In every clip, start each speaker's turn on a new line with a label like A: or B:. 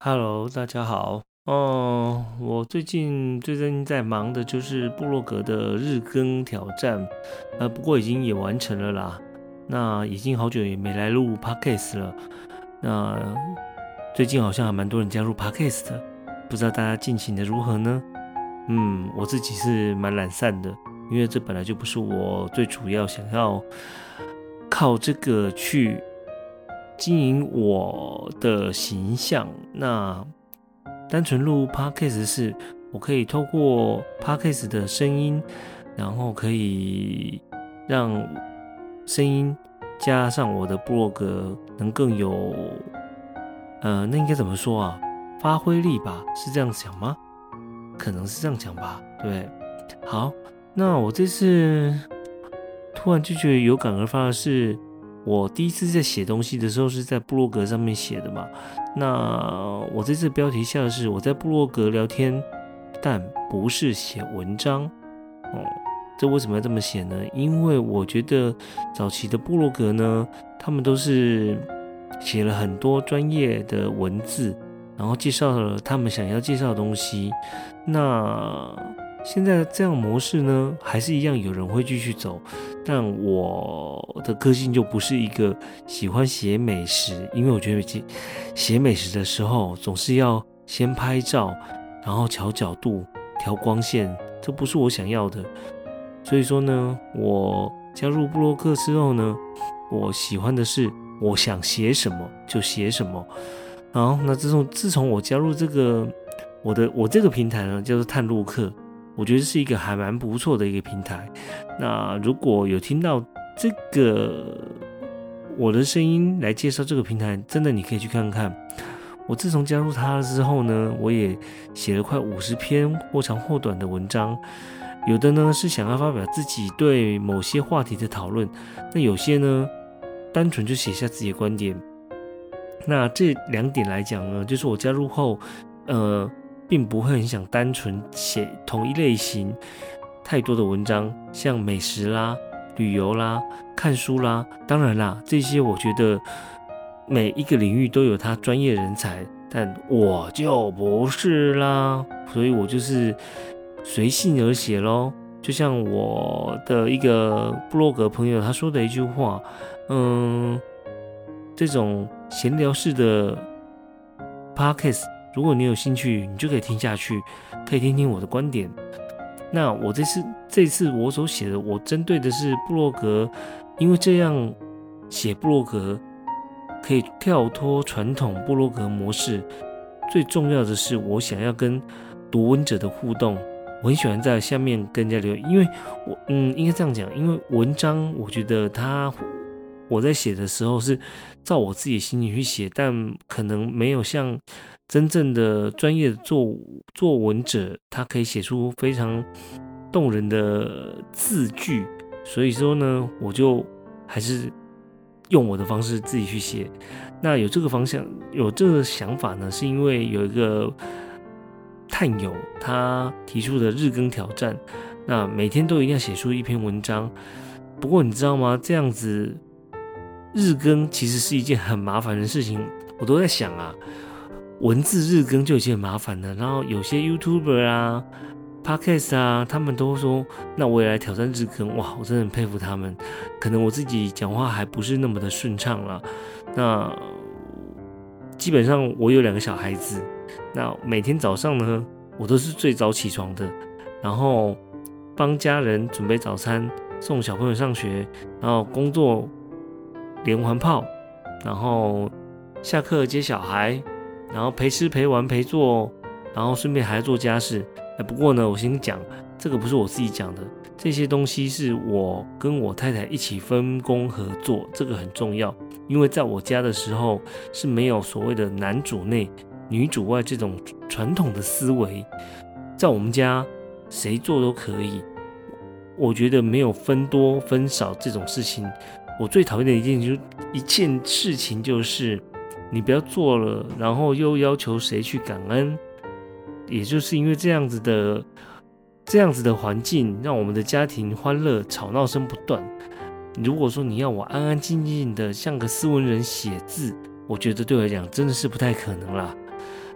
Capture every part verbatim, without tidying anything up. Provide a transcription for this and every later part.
A: Hello，大家好。哦，我最近最近在忙的就是部落格的日更挑战，呃，不过已经也完成了啦。那已经好久也没来录 Podcast 了。那最近好像还蛮多人加入 Podcast 的，不知道大家进行的如何呢？嗯，我自己是蛮懒散的，因为这本来就不是我最主要想要靠这个去经营我的形象。那单纯录 podcast 是我可以透过 podcast 的声音，然后可以让声音加上我的部落格能更有呃那应该怎么说啊，发挥力吧，是这样讲吗？可能是这样讲吧，对。好，那我这次突然就觉得有感而发的是，我第一次在写东西的时候是在部落格上面写的嘛。那我这次标题下的是我在部落格聊天，但不是写文章。哦，这为什么要这么写呢？因为我觉得早期的部落格呢，他们都是写了很多专业的文字，然后介绍了他们想要介绍的东西。那现在这样模式呢，还是一样有人会继续走，但我的个性就不是一个喜欢写美食，因为我觉得写美食的时候总是要先拍照，然后调角度、调光线，这不是我想要的。所以说呢，我加入部落格之后呢，我喜欢的是我想写什么就写什么。好，那自从自从我加入这个我的我这个平台呢，叫做探路客。我觉得是一个还蛮不错的一个平台。那如果有听到这个我的声音来介绍这个平台，真的你可以去看看。我自从加入它之后呢，我也写了快五十篇或长或短的文章。有的呢是想要发表自己对某些话题的讨论，那有些呢单纯就写下自己的观点。那这两点来讲呢，就是我加入后，呃。并不会很想单纯写同一类型太多的文章，像美食啦、旅游啦、看书啦。当然啦，这些我觉得每一个领域都有他专业人才，但我就不是啦，所以我就是随性而写咯。就像我的一个部落格朋友他说的一句话，嗯，这种闲聊式的 podcast，如果你有兴趣，你就可以听下去，可以听听我的观点。那我这次这次我所写的，我针对的是部落格，因为这样写部落格可以跳脱传统部落格模式。最重要的是，我想要跟读文者的互动，我很喜欢在下面跟人家留言，因为我嗯，应该这样讲，因为文章我觉得它我在写的时候是照我自己的心情去写，但可能没有像真正的专业的作作文者，他可以写出非常动人的字句。所以说呢，我就还是用我的方式自己去写。那有这个方向，有这个想法呢，是因为有一个探友他提出的日更挑战，那每天都一定要写出一篇文章。不过你知道吗？这样子日更其实是一件很麻烦的事情。我都在想啊，文字日更就已经很麻烦了，然后有些 YouTuber 啊、Podcast 啊，他们都说，那我也来挑战日更。哇，我真的很佩服他们。可能我自己讲话还不是那么的顺畅啦。那基本上我有两个小孩子，那每天早上呢，我都是最早起床的，然后帮家人准备早餐，送小朋友上学，然后工作连环炮，然后下课接小孩，然后陪吃陪玩陪做，然后顺便还做家事。不过呢，我先讲，这个不是我自己讲的，这些东西是我跟我太太一起分工合作，这个很重要。因为在我家的时候是没有所谓的男主内女主外这种传统的思维，在我们家谁做都可以，我觉得没有分多分少这种事情。我最讨厌的一件就一件事情就是你不要做了，然后又要求谁去感恩。也就是因为这样子的这样子的环境，让我们的家庭欢乐吵闹声不断。如果说你要我安安静静的像个斯文人写字，我觉得对我来讲真的是不太可能啦。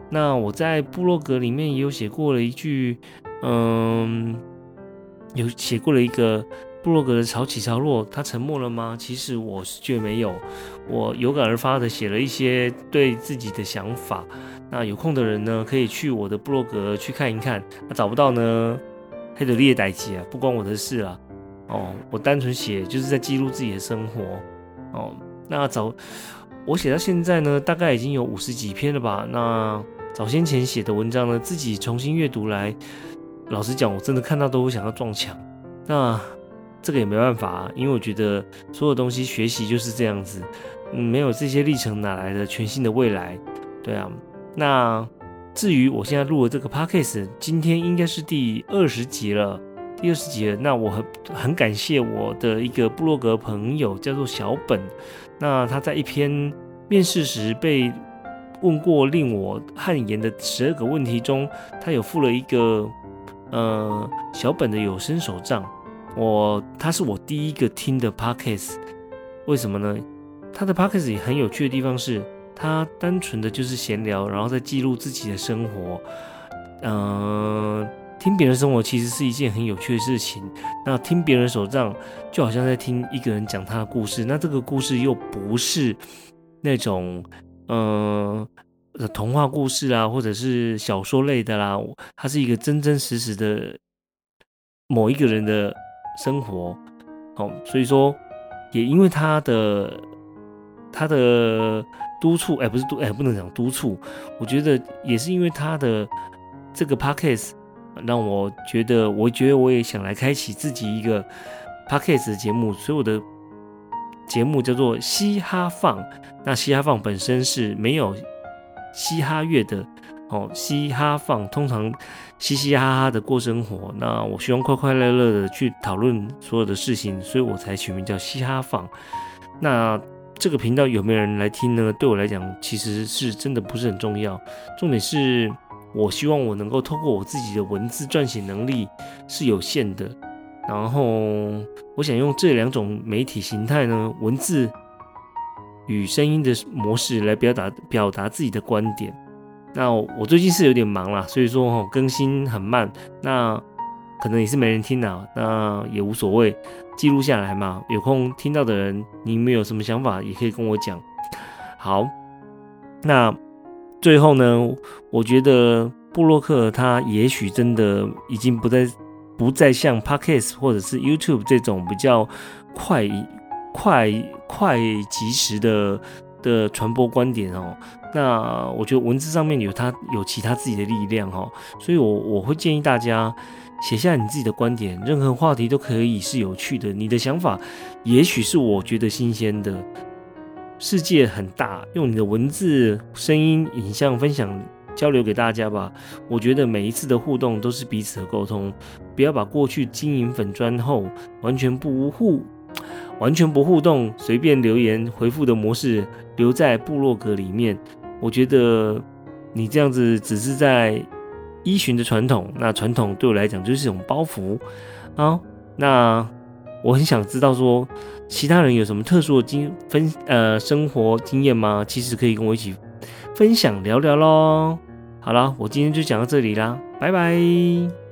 A: 那我在部落格里面也有写过了一句，嗯，有写过了一个部落格的潮起潮落，他沉默了吗？其实我是觉得没有，我有感而发的写了一些对自己的想法。那有空的人呢，可以去我的部落格去看一看。那找不到呢，黑的列代记啊，不关我的事啊。哦，我单纯写就是在记录自己的生活。哦，那早我写到现在呢，大概已经有五十几篇了吧。那早先前写的文章呢，自己重新阅读来，老实讲，我真的看到都会想要撞墙。那这个也没办法啊，因为我觉得所有东西学习就是这样子，嗯，没有这些历程哪来的全新的未来？对啊，那至于我现在录的这个 podcast， 今天应该是第二十集了，第二十集了。那我很很感谢我的一个部落格朋友，叫做小本。那他在一篇面试时被问过令我汗颜的十二个问题中，他有附了一个呃小本的有声手账。我他是我第一个听的 podcast， 为什么呢？他的 podcast 也很有趣的地方是，他单纯的就是闲聊，然后再记录自己的生活。呃，听别人生活其实是一件很有趣的事情。那听别人手账，就好像在听一个人讲他的故事。那这个故事又不是那种呃童话故事啦，或者是小说类的啦，它是一个真真实实的某一个人的生活。哦，所以说也因为他的他的督促，哎，不是督，哎，不能讲督促，我觉得也是因为他的这个 podcast 让我觉得，我觉得我也想来开启自己一个 podcast 的节目，所以我的节目叫做嘻哈放。那嘻哈放本身是没有嘻哈乐的，哦，嘻哈放通常嘻嘻哈哈的过生活。那我希望快快乐乐的去讨论所有的事情，所以我才取名叫嘻哈放。那这个频道有没有人来听呢？对我来讲，其实是真的不是很重要。重点是我希望我能够透过我自己的文字撰写能力是有限的，然后我想用这两种媒体形态呢，文字与声音的模式来表达表达自己的观点。那我最近是有点忙啦，所以说更新很慢，那可能也是没人听啦，那也无所谓，记录下来嘛，有空听到的人，你们有什么想法也可以跟我讲。好，那最后呢，我觉得部落客它也许真的已经不再不再像 Podcast 或者是 YouTube 这种比较快快快即时的的传播观点哦。那我觉得文字上面有它有其他自己的力量哦，所以我我会建议大家写下你自己的观点，任何话题都可以是有趣的，你的想法也许是我觉得新鲜的。世界很大，用你的文字、声音、影像分享交流给大家吧。我觉得每一次的互动都是彼此的沟通，不要把过去经营粉专后完全不互完全不互动，随便留言回复的模式留在部落格里面。我觉得你这样子只是在依循着传统，那传统对我来讲就是一种包袱。好，那我很想知道说，其他人有什么特殊的经分呃生活经验吗？其实可以跟我一起分享聊聊咯。好啦，我今天就讲到这里啦，拜拜。